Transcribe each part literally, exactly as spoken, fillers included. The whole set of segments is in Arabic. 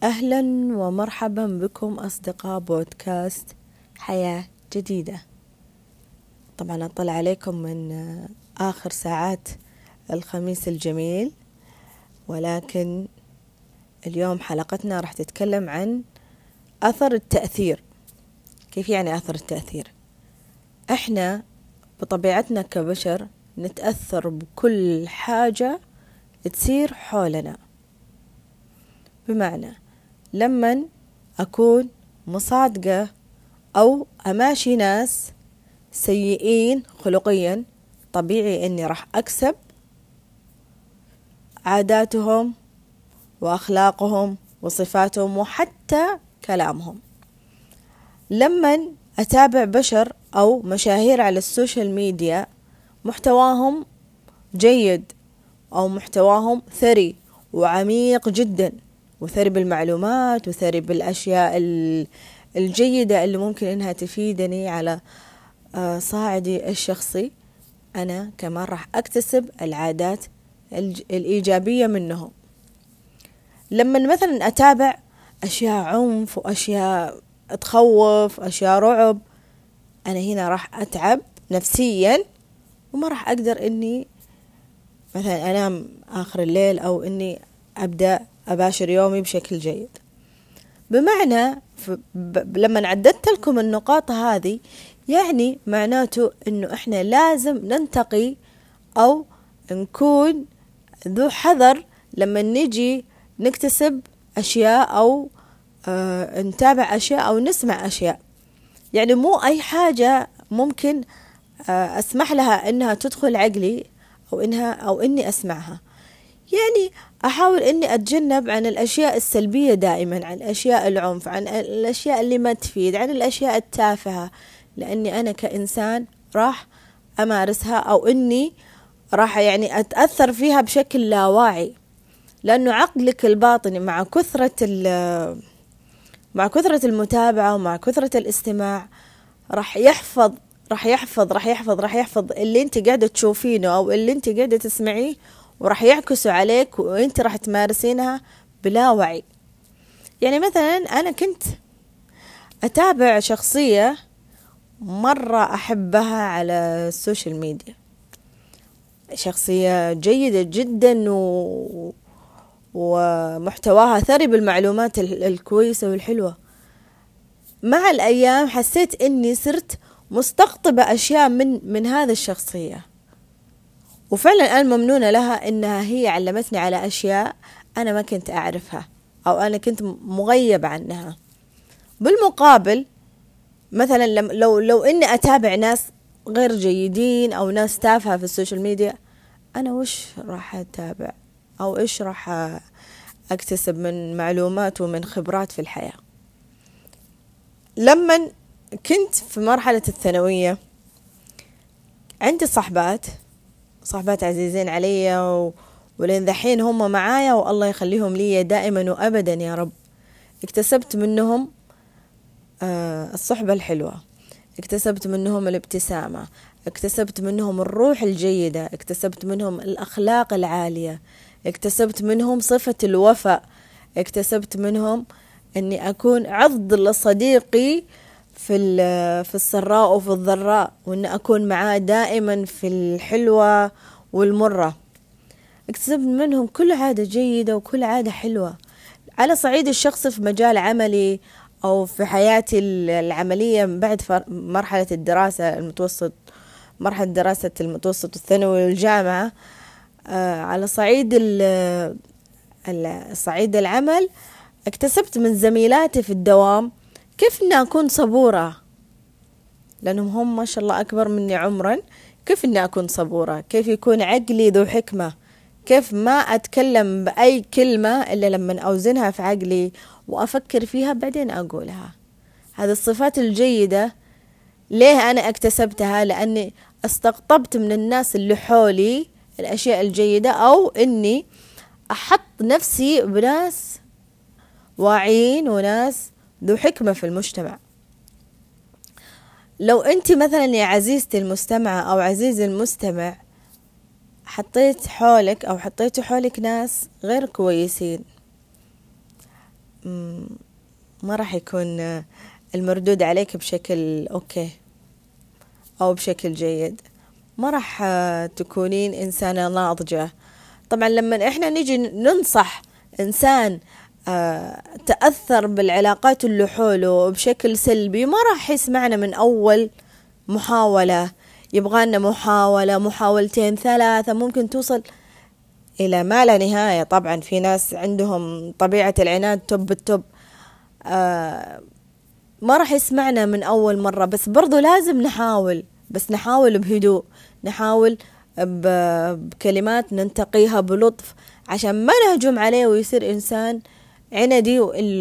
أهلا ومرحبا بكم أصدقاء بودكاست حياة جديدة. طبعا أطلع عليكم من آخر ساعات الخميس الجميل، ولكن اليوم حلقتنا راح تتكلم عن أثر التأثير. كيف يعني أثر التأثير؟ إحنا بطبيعتنا كبشر نتأثر بكل حاجة تصير حولنا، بمعنى لما أكون مصادقة أو أماشي ناس سيئين خلقيا، طبيعي أني راح أكسب عاداتهم وأخلاقهم وصفاتهم وحتى كلامهم. لما أتابع بشر أو مشاهير على السوشيال ميديا محتواهم جيد أو محتواهم ثري وعميق جدا وثري بالمعلومات وثري بالأشياء الجيدة اللي ممكن إنها تفيدني على صاعدي الشخصي، أنا كمان راح أكتسب العادات الإيجابية منهم. لما مثلا أتابع أشياء عنف وأشياء تخوف، أشياء رعب، أنا هنا راح أتعب نفسيا وما راح أقدر إني مثلا أنام آخر الليل أو إني أبدأ أباشر يومي بشكل جيد. بمعنى لما عددت لكم النقاط هذه، يعني معناته إنه إحنا لازم ننتقي أو نكون ذو حذر لما نجي نكتسب أشياء أو آه نتابع أشياء أو نسمع أشياء. يعني مو أي حاجة ممكن آه أسمح لها إنها تدخل عقلي أو إنها أو إني أسمعها. يعني أحاول إني أتجنب عن الأشياء السلبية دائما، عن الأشياء العنف، عن الأشياء اللي ما تفيد، عن الأشياء التافهة، لأني أنا كإنسان راح أمارسها أو إني راح يعني أتأثر فيها بشكل لا واعي، لأنه عقلك الباطني مع كثرة مع كثرة المتابعة ومع كثرة الاستماع راح يحفظ راح يحفظ راح يحفظ راح يحفظ اللي انت قاعدة تشوفينه أو اللي انت قاعدة تسمعيه، وراح يعكسوا عليك وانت راح تمارسينها بلا وعي. يعني مثلا أنا كنت أتابع شخصية مرة أحبها على السوشيال ميديا، شخصية جيدة جدا و... ومحتواها ثري بالمعلومات الكويسة والحلوة. مع الأيام حسيت إني صرت مستقطبة أشياء من من هذا الشخصية، وفعلا أنا ممنونة لها إنها هي علمتني على أشياء أنا ما كنت أعرفها أو أنا كنت مغيب عنها. بالمقابل مثلا لو لو إني أتابع ناس غير جيدين أو ناس تافهة في السوشيال ميديا، أنا وش راح أتابع أو إيش راح أكتسب من معلومات ومن خبرات في الحياة؟ لما كنت في مرحلة الثانوية عندي صحبات صحبات عزيزين علي و... ولين ذحين هم معايا والله يخليهم لي دائما وأبدا يا رب. اكتسبت منهم آه الصحبة الحلوة، اكتسبت منهم الابتسامة، اكتسبت منهم الروح الجيدة، اكتسبت منهم الأخلاق العالية، اكتسبت منهم صفة الوفاء، اكتسبت منهم أني أكون عضد لصديقي في في السراء وفي الضراء، وأن أكون معاه دائما في الحلوة والمرة. اكتسبت منهم كل عادة جيدة وكل عادة حلوة. على صعيد الشخص في مجال عملي أو في حياتي العملية بعد مرحلة الدراسة المتوسط مرحلة دراسة المتوسط والثانوي والجامعة، آه على صعيد الصعيد العمل اكتسبت من زميلاتي في الدوام كيف أني أكون صبورة، لأنهم هم ما شاء الله أكبر مني عمرا. كيف أني أكون صبورة، كيف يكون عقلي ذو حكمة، كيف ما أتكلم بأي كلمة إلا لما أوزنها في عقلي وأفكر فيها بعدين أقولها. هذه الصفات الجيدة ليه أنا اكتسبتها؟ لأني استقطبت من الناس اللي حولي الأشياء الجيدة، أو إني أحط نفسي بناس واعيين وناس ذو حكمة في المجتمع. لو أنت مثلا يا عزيزتي المستمعة أو عزيزي المستمع حطيت حولك أو حطيت حولك ناس غير كويسين، ما راح يكون المردود عليك بشكل أوكي أو بشكل جيد، ما راح تكونين إنسانة ناضجة. طبعا لما إحنا نيجي ننصح إنسان تأثر بالعلاقات اللي حوله بشكل سلبي، ما راح يسمعنا من أول محاولة، يبغانا محاولة محاولتين ثلاثة، ممكن توصل إلى ما لا نهاية. طبعا في ناس عندهم طبيعة العناد توب التوب، آه ما راح يسمعنا من أول مرة، بس برضو لازم نحاول، بس نحاول بهدوء، نحاول بكلمات ننتقيها بلطف عشان ما نهجم عليه ويصير إنسان عندي،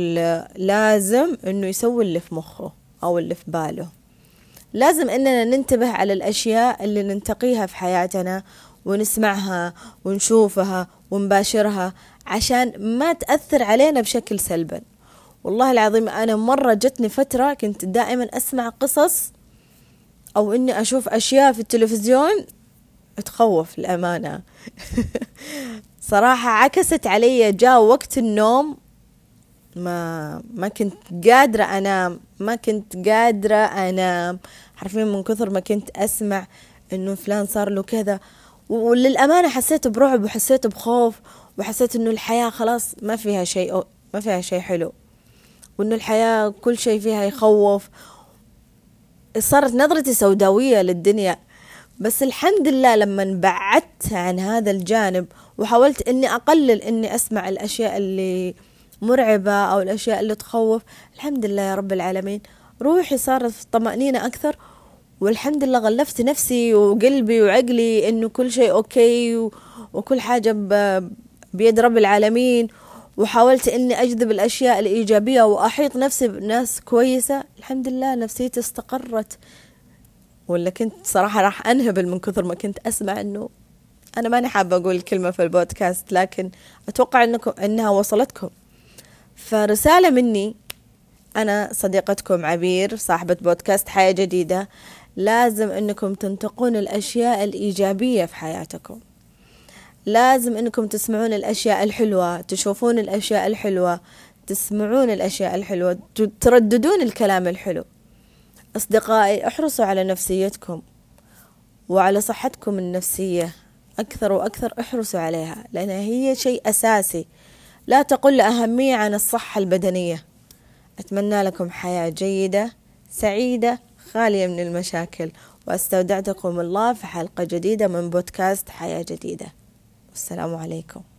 لازم إنه يسوي اللي في مخه أو اللي في باله. لازم إننا ننتبه على الأشياء اللي ننتقيها في حياتنا ونسمعها ونشوفها ونباشرها عشان ما تأثر علينا بشكل سلبا. والله العظيم أنا مرة جتني فترة كنت دائما أسمع قصص أو إني أشوف أشياء في التلفزيون تخوف الأمانة. صراحة عكست علي، جاء وقت النوم ما ما كنت قادرة أنام، ما كنت قادرة أنام حرفيا من كثر ما كنت أسمع إنه فلان صار له كذا. وللأمانة حسيت برعب وحسيت بخوف وحسيت إنه الحياة خلاص ما فيها شيء، ما فيها شيء حلو، وإنه الحياة كل شيء فيها يخوف. صارت نظرتي سوداوية للدنيا. بس الحمد لله لما بعدت عن هذا الجانب وحاولت إني أقلل إني أسمع الأشياء اللي مرعبة أو الأشياء اللي تخوف، الحمد لله يا رب العالمين روحي صارت طمأنينة أكثر، والحمد لله غلفت نفسي وقلبي وعقلي إنه كل شيء أوكي وكل حاجة بيد رب العالمين. وحاولت إني أجذب الأشياء الإيجابية وأحيط نفسي بناس كويسة، الحمد لله نفسيتي استقرت. ولا كنت صراحة راح أنهبل من كثر ما كنت أسمع إنه أنا ماني حابة أقول الكلمة في البودكاست، لكن أتوقع إنكم إنها وصلتكم. فرسالة مني، أنا صديقتكم عبير صاحبة بودكاست حياة جديدة، لازم إنكم تنتقون الأشياء الإيجابية في حياتكم، لازم إنكم تسمعون الأشياء الحلوة، تشوفون الأشياء الحلوة، تسمعون الأشياء الحلوة، ترددون الكلام الحلو. أصدقائي احرصوا على نفسيتكم وعلى صحتكم النفسية أكثر وأكثر، احرصوا عليها لأنها هي شيء أساسي لا تقل أهمية عن الصحة البدنية. أتمنى لكم حياة جيدة سعيدة خالية من المشاكل، واستودعتكم الله في حلقة جديدة من بودكاست حياة جديدة. والسلام عليكم.